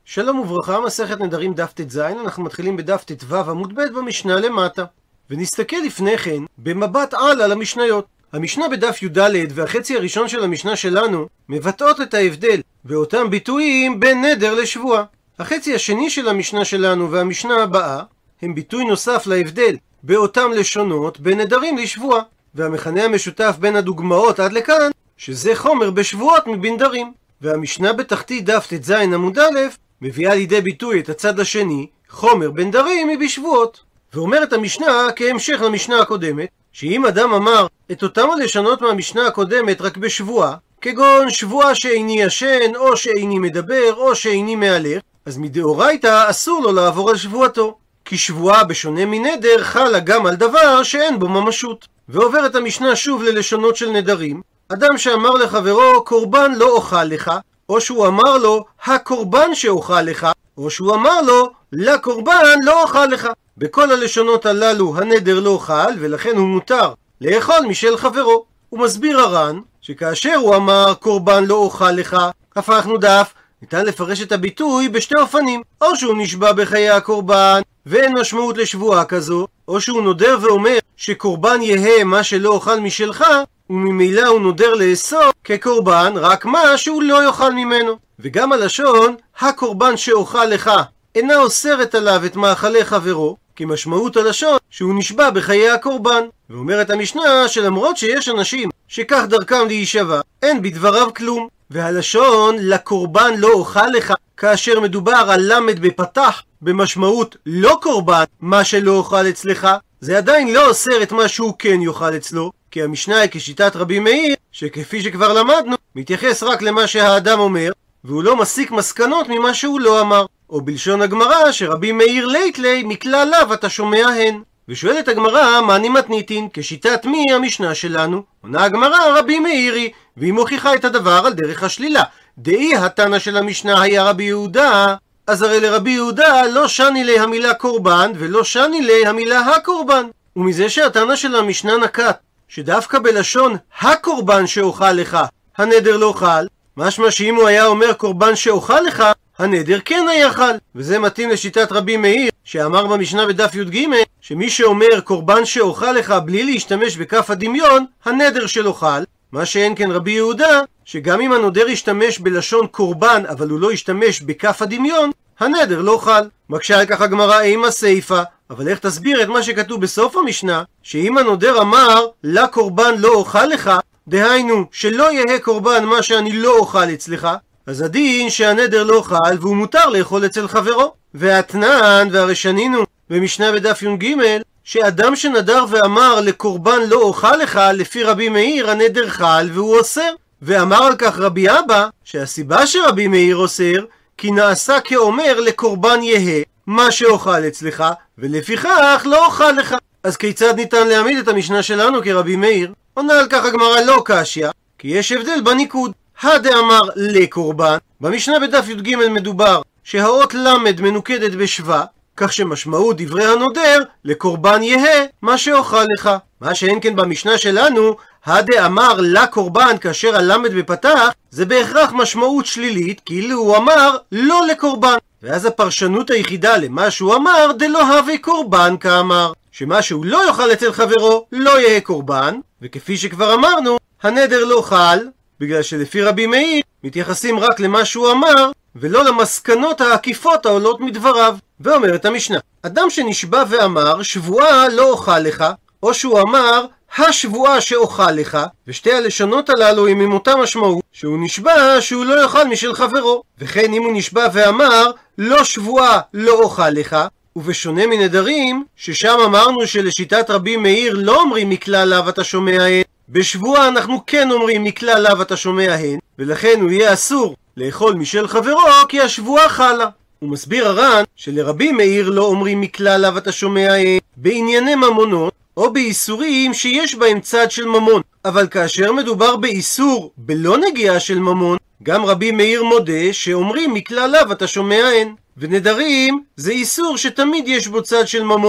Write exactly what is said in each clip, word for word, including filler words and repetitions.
שלום וברכה, מסכת נדרים דף ט"ז, אנחנו מתחילים בדף ט"ו עמוד ב' במשנה למטה. ונסתכל לפני כן במבט על על המשניות. המשנה בדף י"ד והחצי הראשון של המשנה שלנו מבטאות את ההבדל באותם ביטויים בין נדר לשבועה. החצי השני של המשנה שלנו והמשנה הבאה הם ביטוי נוסף להבדל באותם לשונות בין נדרים לשבועה, והמכנה המשותף בין הדוגמאות עד לכאן שזה חומר בשבועות מבנדרים. והמשנה בתחתית דף ט"ז עמוד א' מביאה לידי ביטוי את הצד השני, חומר בנדרים מבשבועות. ואומרת המשנה כהמשך למשנה הקודמת, שאם אדם אמר את אותם הלשונות מהמשנה הקודמת רק בשבועה, כגון שבועה שאיני ישן, או שאיני מדבר, או שאיני מהלך, אז מדאורייתא אסור לו לעבור על שבועתו, כי שבועה בשונה מנדר חלה גם על דבר שאין בו ממשות. ועוברת המשנה שוב ללשונות של נדרים. אדם שאמר לחברו קורבן לא אוכל לך, או שהוא אמר לו הקורבן שאוכל לך, או שהוא אמר לו לקורבן לא אוכל לך. בכל הלשונות הללו הנדר לא חל, ולכן הוא מותר לאכול משל חברו. הוא מסביר הר"ן שכאשר הוא אמר קורבן לא אוכל לך, הפכנו דף, ניתן לפרש את הביטוי בשתי אופנים. או שהוא נשבע בחיי הקורבן ואין משמעות לשבועה כזו, או שהוא נודר ואומר שקורבן יהא מה שלא אוכל משלך, וממילא הוא נודר לאסור כקורבן רק מה שהוא לא יאכל ממנו. וגם הלשון הקורבן שאוכל לך אינה אוסרת עליו את מאכלי חברו, כי משמעות הלשון שהוא נשבע בחיי הקורבן. ואומרת המשנה שלמרות שיש אנשים שכך דרכם להישבע, אין בדבריו כלום. והלשון לקורבן לא אוכל לך, כאשר מדובר על למד בפתח במשמעות לא קורבן מה שלא אוכל אצלך, זה עדיין לא אוסר את מה שהוא כן יאכל אצלו, כי המשנה היא כשיטת רבי מאיר, שכפי שכבר למדנו מתייחס רק למה שהאדם אומר, והוא לא מסיק מסקנות ממה שהוא לא אמר. או בלשון הגמרא שרבי מאיר לית לי מכלל לאו אתה שומע הן. ושואלת הגמרא מה מתניתין, כשיטת מי המשנה שלנו? עונה הגמרא רבי מאירי, והיא מוכיחה את הדבר על דרך השלילה. דאי התנא של המשנה היה רבי יהודה, אז הרי לרבי יהודה לא שני לי המילה קורבן ולא שני לי המילה הקורבן. ומזה שהתנא של המשנה נקט שדווקא בלשון הקורבן שאוכל לך הנדר לא חל, משמע שאם הוא היה אומר קורבן שאוכל לך הנדר כן היה חל. וזה מתאים לשיטת רבי מאיר שאמר במשנה בדף י"ג שמי שאומר קורבן שאוכל לך בלי להשתמש בכף הדמיון הנדר שלו חל, מה שאין כן רבי יהודה שגם אם הנודר ישתמש בלשון קורבן אבל הוא לא ישתמש בכף הדמיון הנדר לא חל. מקשה על כך הגמרא אימה סייפה, אבל איך תסביר את מה שכתוב בסוף המשנה שאם הנודר אמר לקורבן לא אוכל לך, דהיינו שלא יהיה קורבן מה שאני לא אוכל אצלך, אז הדין שהנדר לא חל והוא מותר לאכול אצל חברו. והתנן והרי שנינו במשנה בדף י"ג שאדם שנדר ואמר לקורבן לא אוכל לך, לפי רבי מאיר הנדר חל והוא אוסר. ואמר על כך רבי אבא שהסיבה שרבי מאיר אוסר כי נעשה כאומר לקורבן יהא מה שאוכל אצלך, ולפיכך לא אוכל לך. אז כיצד ניתן להעמיד את המשנה שלנו כרבי מאיר? עונה על כך הגמרא לא קשיא, כי יש הבדל בניקוד. הדאמר לקורבן, במשנה בדף י"ג מדובר שהאות למד מנוקדת בשבא, כך שמשמעות דברי הנודר לקורבן יהא מה שאוכל לך. מה שאין כן במשנה שלנו הדאמר לקורבן כאשר הלמד בפתח, זה בהכרח משמעות שלילית כאילו הוא אמר לא לקורבן, ואז הפרשנות היחידה למה שהוא אמר דלא הווה קורבן כאמר, שמה שהוא לא יאכל אצל חברו לא יהיה קורבן. וכפי שכבר אמרנו הנדר לא חל בגלל שלפי רבי מאיר מתייחסים רק למה שהוא אמר ולא למסקנות העקיפות העולות מדבריו. ואומרת המשנה אדם שנשבע ואמר שבועה לא אוכל לך, או שהוא אמר השבועה שאוכל לך, ושתי הלשונות הללו הם עם אותה משמעות שהוא נשבע שהוא לא יאכל משל חברו. וכן אם הוא נשבע ואמר לא שבועה לא אוכל לך, ובשונה מנדרים ששם אמרנו שלשיטת רבי מאיר לא אומרים מכלל לאו אתה שומע הן, בשבועה אנחנו כן אומרים מכלל לאו אתה שומע הן, ולכן הוא יהיה אסור לאכול משל חברו כי השבועה חלה. הוא מסביר הר"ן שלרבי מאיר לא אומרים מכלל לאו אתה שומע הן בענייני ממונות או באיסורים שיש בהם צד של ממון, אבל כאשר מדובר באיסור בלא נגיעה של ממון, גם רבי מאיר מודה שאומרים מכלל לאו אתה שומע הן. ונדרים זה איסור שתמיד יש בו צד של ממון,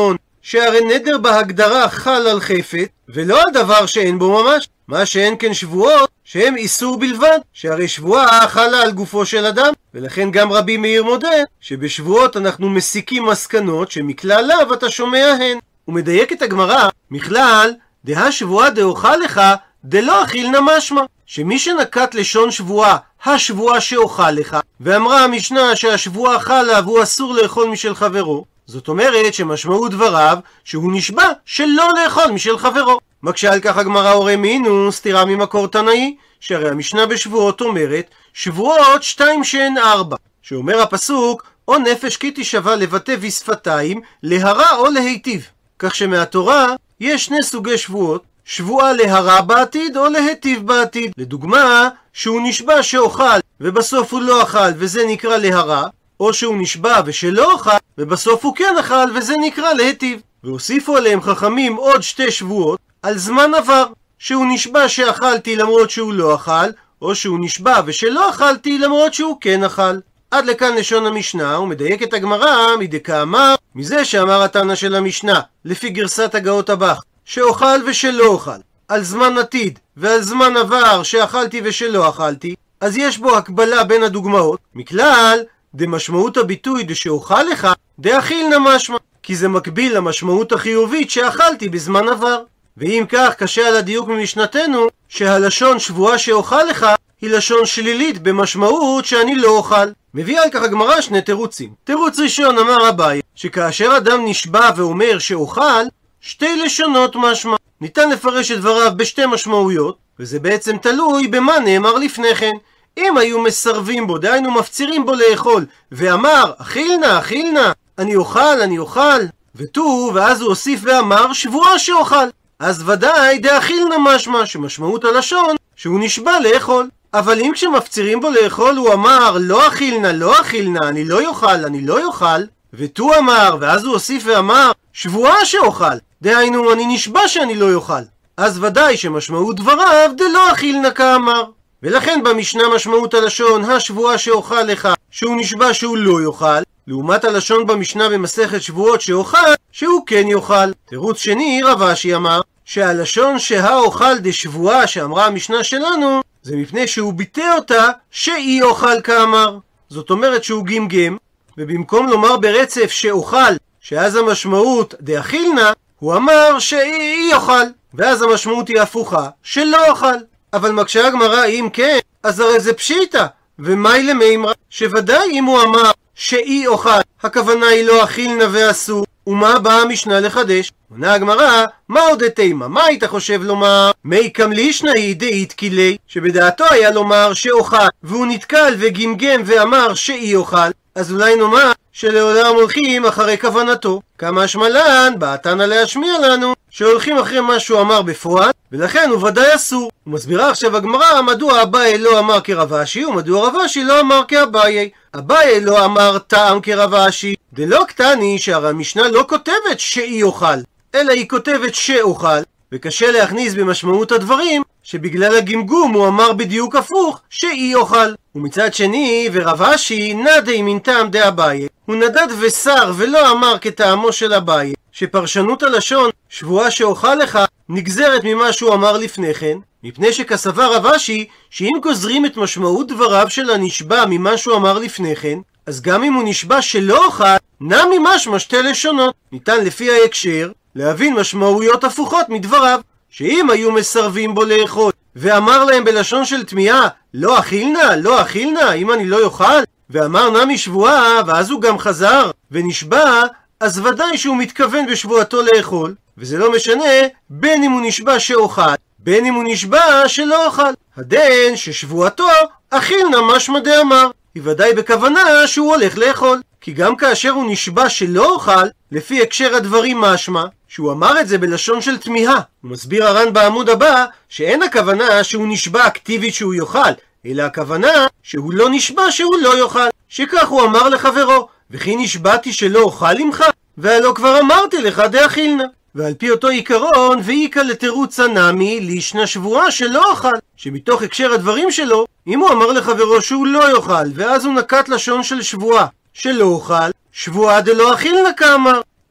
שהרי נדר בהגדרה חל על חפץ, ולא על דבר שאין בו ממש. מה שאין כן שבועות, שהם איסור בלבד, שהרי שבועה חלה על גופו של אדם, ולכן גם רבי מאיר מודה שבשבועות אנחנו מסיקים מסקנות שמכלל לאו אתה שומע הן. ומדייק את הגמרא, מכלל, דה שבועה דאוכל לך, דלא אכילנה משמע, שמי שנקט לשון שבועה, השבועה שאוכל לך, ואמרה המשנה שהשבועה חלה והוא אסור לאכול משל חברו, זאת אומרת שמשמעות דבריו שהוא נשבע שלא לאכול משל חברו. מקשה על כך הגמרא הורה מינו סתירה ממקור תנאי, שהרי המשנה בשבועות אומרת שבועות שתיים שהן ארבע, שאומר הפסוק או נפש כי תשבע לבטא בשפתיים להרע או להיטיב, כך שמהתורה יש שני סוגי שבועות, שבועה להרע בעתיד או להיטיב בעתיד. לדוגמה, שהוא נשבע שאוכל ובסוף הוא לא אכל וזה נקרא להרע, או שהוא נשבע ושלא אכל ובסוף הוא כן אכל וזה נקרא להיטיב. והוסיפו עליהם חכמים עוד שתי שבועות על זמן עבר, שהוא נשבע שאכלתי למרות שהוא לא אכל, או שהוא נשבע ושלא אכלתי למרות שהוא כן אכל. עד לכאן לשון המשנה, ומדייק את הגמרא מדקאמר, מזה שאמר התנא של המשנה לפי גרסת הגאות הבח שאוכל ושלא אוכל על זמן עתיד ועל זמן עבר שאכלתי ושלא אכלתי, אז יש בו הקבלה בין הדוגמאות, מכלל דמשמעות הביטוי דשאוכל לך דאכילנה משמע, כי זה מקביל למשמעות החיובית שאכלתי בזמן עבר. ואם כך קשה על הדיוק ממשנתנו שהלשון שבועה שאוכל לך היא לשון שלילית במשמעות שאני לא אוכל. מביא על כך הגמרא שני תירוצים. תירוץ ראשון, אמר אביי שכאשר אדם נשבע ואומר שאוכל, שתי לשונות משמע, ניתן לפרש את דבריו בשתי משמעויות, וזה בעצם תלוי במה נאמר לפני כן. אם היו מסרבים בו, דהיינו מפצירים בו לאכול, ואמר אכילנה אכילנה, אני אוכל אני אוכל ותו, ואז הוא הוסיף ואמר שבועה שאוכל, אז ודאי דאכילנה משמע, שמשמעות הלשון שהוא נשבע לאכול. אבל אם כשמפצירים בו לאכול הוא אמר לא אכילנה לא אכילנה, אני לא יאכל אני לא יאכל, ותו אמר ואז הוא הוסיף ואמר שבועה שאוכל, דהיינו אני נשבע שאני לא יאכל, אז ודאי שמשמעות דבריו דלא אכילנה כאמר. ולכן במשנה משמעות הלשון השבועה שאוכל לך שהוא נשבע שהוא לא יאכל, לעומת הלשון במשנה במסכת שבועות שאוכל שהוא כן יאכל. תירוץ שני, רב אשי אמר שהלשון שהאוכל דשבועה שאמרה המשנה שלנו זה מפני שהוא ביטא אותה שאי אוכל כאמר, זאת אומרת שהוא גמגם, ובמקום לומר ברצף שאוכל שאז המשמעות דאכילנה, הוא אמר שאי אוכל, ואז המשמעות היא הפוכה שלא אוכל. אבל מקשה הגמרא אם כן, אז הרי זה פשיטה, ומאי למימרא, שוודאי אם הוא אמר שאי אוכל הכוונה היא לא אכילנה ואסור, ומה באה המשנה לחדש? עונה הגמרא, מה עוד תימא? מה היית חושב לומר? מי קמלישנא היא דאית קילי, שבדעתו היה לומר שאוכל והוא נתקל וגמגם ואמר שאי אוכל, אז אולי נאמר שלעולם הולכים אחרי כוונתו. כמה שמלן בא תנא להשמיע לנו שהולכים אחרי מה שהוא אמר בפועל, ולכן הוא ודאי אסור. הוא מסבירה עכשיו הגמרא מדוע אביי לא אמר כרב אשי ומדוע רב אשי לא אמר כאביי. אביי לא אמר טעם כרב אשי דלא קטני, שהרי המשנה לא כותבת שאי אוכל אלא היא כותבת שאוכל, וקשה להכניס במשמעות הדברים שבגלל הגמגום הוא אמר בדיוק הפוך שאי אוכל. ומצד שני ורב אשי נדי מן טעם דאביי, הוא נדד ושר ולא אמר כטעמו של אביי, שפרשנות הלשון שבועה שאוכל לך נגזרת ממה שהוא אמר לפני כן, מפני שכסבר רב אשי שאם גוזרים את משמעות דבריו של הנשבע ממה שהוא אמר לפני כן, אז גם אם הוא נשבע שלא אוכל נמי משמע שתי לשונות. ניתן לפי ההקשר להבין משמעויות הפוכות מדבריו, שאם היו מסרבים בו לאכול ואמר להם בלשון של תמיהה לא אכילנה לא אכילנה אם אני לא יאכל, ואמר נמי שבועה ואז הוא גם חזר ונשבע, אז ודאי שהוא מתכוון בשבועתו לאכול, וזה לא משנה בין אם הוא נשבע שאוכל בין אם הוא נשבע שלא אוכל. הדין ששבועתו אכילנה משמע דאמר, היא ודאי בכוונה שהוא הולך לאכול, כי גם כאשר הוא נשבע שלא אוכל לפי הקשר הדברים משמע שהוא אמר את זה בלשון של תמיהה. הוא מסביר הר"ן בעמוד הבא שאין הכוונה שהוא נשבע אקטיבית שהוא יאכל, אלא הכוונה שהוא לא נשבע שהוא לא יאכל, שכך הוא אמר לחברו וכי נשבעתי שלא אוכל עמך והלא כבר אמרתי לך דאכילנה. ועל פי אותו עיקרון ואיקא לתירוץ הנמי לישנה שבועה שלא אוכל, שמתוך הקשר הדברים שלו אם הוא אמר לחברו שהוא לא יאכל ואז הוא נקט לשון של שבועה שלא אוכל, שבועה דלא אכילנה כאמר,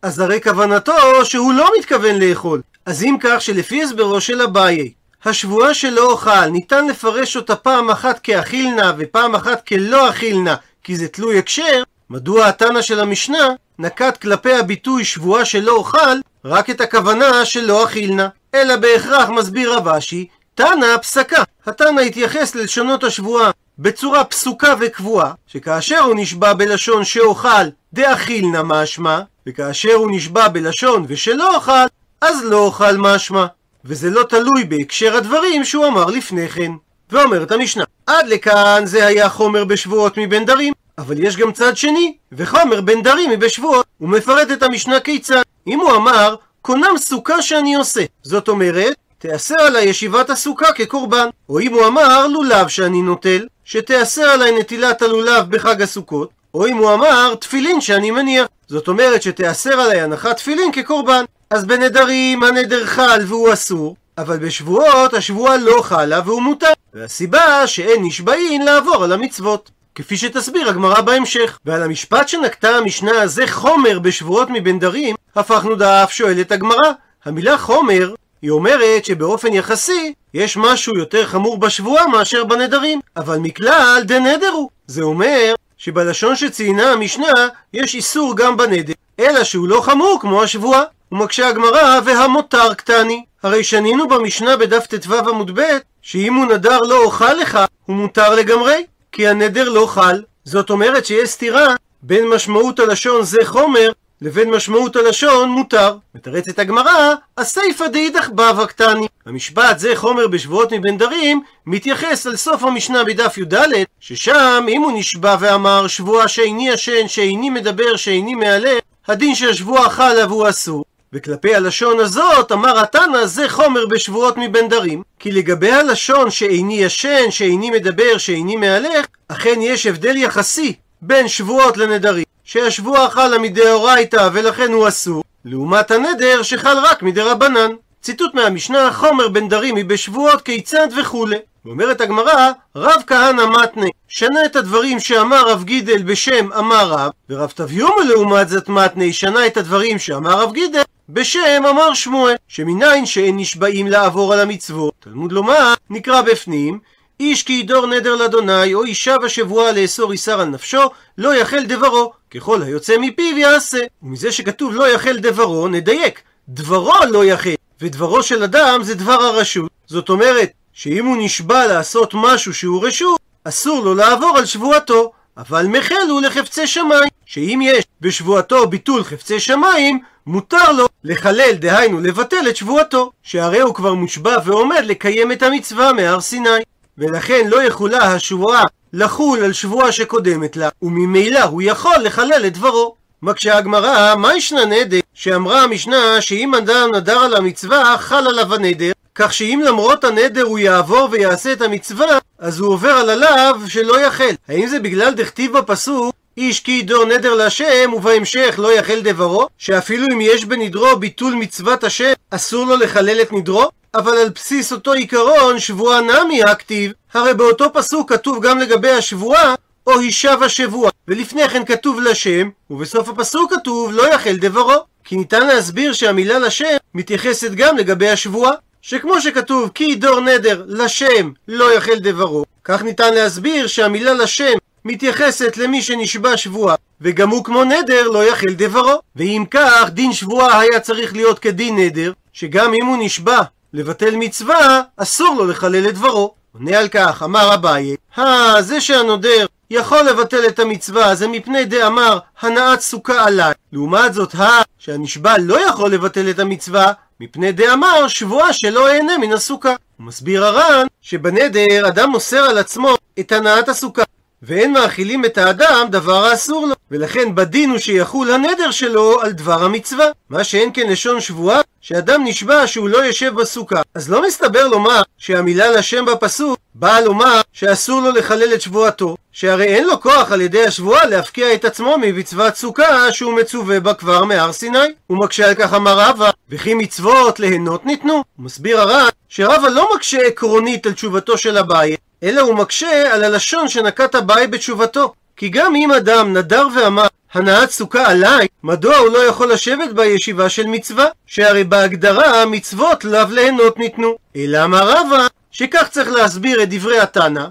אז הרי כוונתו שהוא לא מתכוון לאכול. אז אם כך שלפי הסברו של אביי, השבועה שלא אוכל ניתן לפרש אותה פעם אחת כאכילנה ופעם אחת כלא אכילנה, כי זה תלוי הקשר, מדוע התנא של המשנה נקט כלפי הביטוי שבועה שלא אוכל רק את הכוונה שלא אכילנה? אלא בהכרח מסביר רב אשי, תנא פסקה. התנא התייחס ללשונות השבועה בצורה פסוקה וקבועה, שכאשר הוא נשבע בלשון שאוכל דאכילנה משמע, וכאשר הוא נשבע בלשון ושלא אוכל אז לא אוכל משמע, וזה לא תלוי בהקשר הדברים שהוא אמר לפני כן. ואומרת המשנה, עד לכאן זה היה חומר בשבועות מבין דרים, אבל יש גם צד שני, וחומר בין דרים מבשבועות. הוא מפרט את המשנה כיצד. אם הוא אמר, קונם סוכה שאני עושה, זאת אומרת, תאסר עליי ישיבת הסוכה כקורבן. או אם הוא אמר, לולב שאני נוטל, שתאסר עליי נטילת הלולב בחג הסוכות. או אם הוא אמר, תפילין שאני מניח, זאת אומרת שתאסר עליי הנחת תפילין כקורבן. אז בנדרים הנדר חל והוא אסור, אבל בשבועות השבועה לא חלה והוא מותר. והסיבה שאין נשבעין לעבור על המצוות, כפי שתסביר הגמרא בהמשך. ועל המשפט שנקטה המשנה הזה חומר בשבועות מבין דרים, הפכנו דף שואלת הגמרא. המילה חומר היא אומרת שבאופן יחסי יש משהו יותר חמור בשבועה מאשר בנדרים, אבל מכלל דנדר הוא. זה אומר שבלשון שציינה המשנה יש איסור גם בנדר, אלא שהוא לא חמור כמו השבועה. ומקשה הגמרא, והמותר קטני. הרי שנינו במשנה בדף ט"ו עמוד ב' שאם הוא נדר לא אוכל לך, הוא מותר לגמרי, כי הנדר לא חל. זאת אומרת שיש סתירה בין משמעות הלשון זה חומר לבין משמעות הלשון מותר. מתרצת הגמרא, הסיפא דאידך בבא קטני. המשפט זה חומר בשבועות מבין דרים מתייחס על סוף המשנה בדף י"ד, ששם אם הוא נשבע ואמר שבועה שאיני ישן, שאיני מדבר, שאיני מהלך, הדין שהשבועה חלה והוא אסור. וכלפי הלשון הזאת אמר התנא זה חומר בשבועות מבין דרים, כי לגבי הלשון שאיני ישן, שאיני מדבר, שאיני מהלך, אכן יש הבדל יחסי בין שבועות לנדרים, שהשבועה חלה מדאורייתא ולכן הוא אסור, לעומת הנדר שחל רק מדרבנן. ציטוט מהמשנה, חומר בין דרים היא בשבועות כיצד וכו'. ואומרת הגמרא, רב כהנא מתנה שנה את הדברים שאמר רב גידל בשם אמר רב, ורב תביומה לעומת זאת מתנה שנה את הדברים שאמר רב גידל בשם אמר שמואל, שמניין שאין נשבעים לעבור על המצוות. תלמוד לומר נקרא בפנים, איש כי ידור נדר לאדוני או אישה בשבועה לאסור איסר על נפשו לא יחל דברו, ככל היוצא מפיו יעשה. ומזה שכתוב לא יחל דברו נדייק, דברו לא יחל, ודברו של אדם זה דבר הרשות. זאת אומרת שאם הוא נשבע לעשות משהו שהוא רשות, אסור לו לעבור על שבועתו. אבל מחל הוא לחפצי שמיים, שאם יש בשבועתו ביטול חפצי שמיים, מותר לו לחלל, דהיינו לבטל את שבועתו, שהרי הוא כבר מושבע ועומד לקיים את המצווה מהר סיני, ולכן לא יכולה השבועה לחול על שבועה שקודמת לה, וממילא הוא יכול לחלל את דברו. מקשה הגמרא, מה ישנה נדר שאמרה המשנה שאם אדם נדר על המצווה חל עליו הנדר, כך שאם למרות הנדר הוא יעבור ויעשה את המצווה, אז הוא עובר על עליו שלא יחל. האם זה בגלל דכתיב בפסוק איש כי ידור נדר להשם ובהמשך לא יחל דברו, שאפילו אם יש בנדרו ביטול מצוות השם אסור לו לחלל את נדרו? אבל על בסיס אותו עיקרון שבועה נמי הכתיב, הרי באותו פסוק כתוב גם לגבי השבועה או הישב השבועה, ולפני כן כתוב לשם, ובסוף הפסוק כתוב לא יחל דברו. כי ניתן להסביר שהמילה לשם מתייחסת גם לגבי השבועה, שכמו שכתוב כי ידור נדר לשם לא יחל דברו, כך ניתן להסביר שהמילה לשם מתייחסת למי שנשבע שבועה, וגם הוא כמו נדר לא יחל דברו. ואם כך דין שבועה היה צריך להיות כדין נדר, שגם אם הוא נשבע לבטל מצווה אסור לו לחלל את דברו. עונה על כך אמר אביי, אה, זה שהנודר יכול לבטל את המצווה זה מפני דאמר הנעת סוכה עליי, לעומת זאת ה שהנשבע לא יכול לבטל את המצווה מפני דאמר שבועה שלא אהנה מן הסוכה. הוא מסביר הר"ן שבנדר אדם מוסר על עצמו את הנעת הסוכה, ואין מאכילים את האדם דבר האסור לו, ולכן בדין הוא שיחול הנדר שלו על דבר המצווה. מה שאין כן לשון שבועה, שאדם נשבע שהוא לא ישב בסוכה, אז לא מסתבר לומר שהמילה לשם בפסוק באה לומר שאסור לו לחלל את שבועתו, שהרי אין לו כוח על ידי השבועה להפקיע את עצמו ממצוות סוכה שהוא מצווה בה כבר מהר סיני. הוא מקשה על כך אמר רבא, וכי מצוות ליהנות ניתנו. הוא מסביר הר"ן שרבא לא מקשה עקרונית על תשובתו של אביי, אלא הוא מקשה על הלשון שנקט אביי בתשובתו. כי גם אם אדם נדר ואמר הנעת סוכה עליי, מדוע הוא לא יכול לשבת בישיבה של מצווה? שהרי בהגדרה מצוות לאו ליהנות ניתנו. אלא אמר רבא, שכך צריך להסביר את דברי התנא,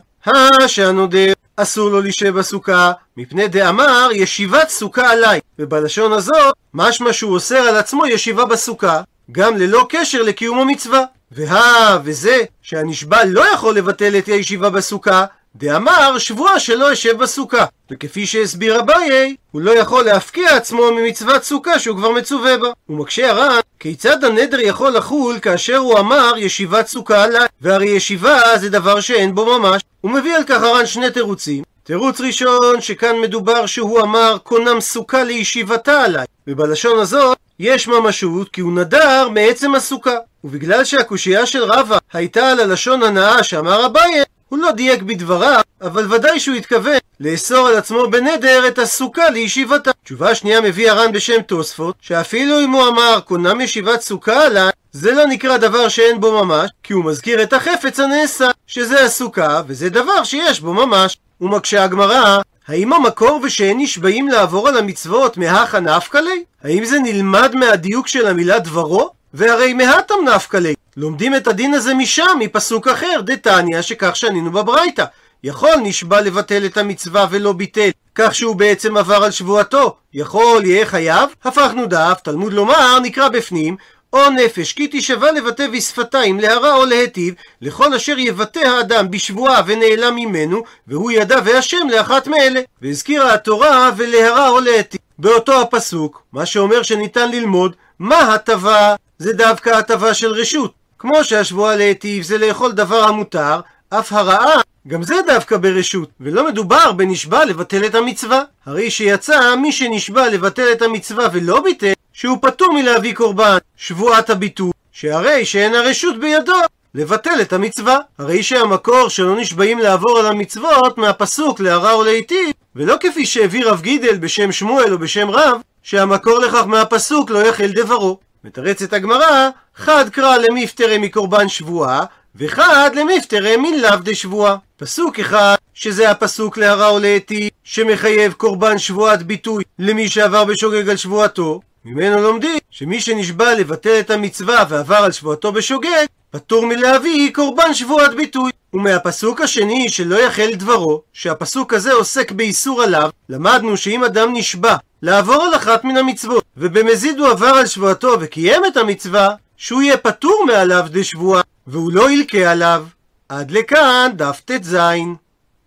שהנודר אסור לו לשב בסוכה, מפני דאמר ישיבת סוכה עליי. ובלשון הזאת, משמע שהוא אוסר על עצמו ישיבה בסוכה, גם ללא קשר לקיום המצווה. והא, וזה שהנשבע לא יכול לבטל את הישיבה בסוכה, דאמר שבועה שלא ישב בסוכה. וכפי שהסביר אביי, הוא לא יכול להפקיע עצמו ממצוות סוכה שהוא כבר מצווה בה. הוא מקשה הר"ן, כיצד הנדר יכול לחול כאשר הוא אמר ישיבת סוכה עליי? והרי ישיבה זה דבר שאין בו ממש. הוא מביא על כך הר"ן שני תירוצים. תירוץ ראשון, שכאן מדובר שהוא אמר קונם סוכה לישיבתה עליי, ובלשון הזאת יש ממשות כי הוא נדר מעצם הסוכה. ובגלל שהקושייה של רבא הייתה על הלשון הנאה שאמר אביי, הוא לא דייק בדבריו, אבל ודאי שהוא התכוון לאסור על עצמו בנדר את הסוכה לישיבתה. תשובה שנייה מביא הר"ן בשם תוספות, שאפילו אם הוא אמר קונם ישיבת סוכה עליי, זה לא נקרא דבר שאין בו ממש, כי הוא מזכיר את החפץ הנעשה, שזה הסוכה, וזה דבר שיש בו ממש. ומקשה הגמרא, האם המקור ושאין נשבעים לעבור על המצוות מהכה נפקא ליה? האם זה נלמד מהדיוק של המילה דברו? והרי מהתם נפקא ליה. לומדים את הדין הזה משם, מפסוק אחר, דתניא, שכך שנינו בברייתא. יכול נשבע לבטל את המצווה ולא ביטל, כך שהוא בעצם עבר על שבועתו. יכול יהיה חייב? הפכנו דף, תלמוד לומר, נקרא בפנים, או נפש כי תשבע לבטא בשפתיים להרע או להיטיב, לכל אשר יבטא האדם בשבועה ונעלם ממנו, והוא ידע והשם לאחת מאלה. והזכירה התורה ולהרע או להיטיב באותו הפסוק, מה שאומר שניתן ללמוד מה הטבה, זה דווקא הטבה של רשות. כמו שהשבועה להיטיב זה לאכול דבר המותר, אף הרעה גם זה דווקא ברשות, ולא מדובר בנשבע לבטל את המצווה. הרי שיצא מי שנשבע לבטל את המצווה ולא ביטל, שהוא פטור מלהביא קורבן שבועת הביטול, שהרי שאין הרשות בידו לבטל את המצווה. הרי שהמקור שלא נשבעים לעבור על המצוות מהפסוק להרע או להיטיב, ולא כפי שהביא רב גידל בשם שמואל או בשם רב, שהמקור לכך מהפסוק לא יחל דברו. מתרצת הגמרא, חד קרא למפטרה מקורבן שבועה, וחד למפטרה מלאו דשבועה. פסוק אחד, שזה הפסוק להרע או להיטיב, שמחייב קורבן שבועת ביטוי למי שעבר בשוגג על שבועתו, ממנו לומדים שמי שנשבע לבטל את המצווה ועבר על שבועתו בשוגג, פטור מלהביא קורבן שבועת ביטוי. ומהפסוק השני שלא יחל דברו, שהפסוק הזה עוסק באיסור עליו, למדנו שאם אדם נשבע לעבור על אחת מן המצוות, ובמזיד הוא עבר על שבועתו וקיים את המצווה, שהוא יהיה פטור מעליו דשבועה, והוא לא ילקה עליו. עד לכאן דף ט"ז.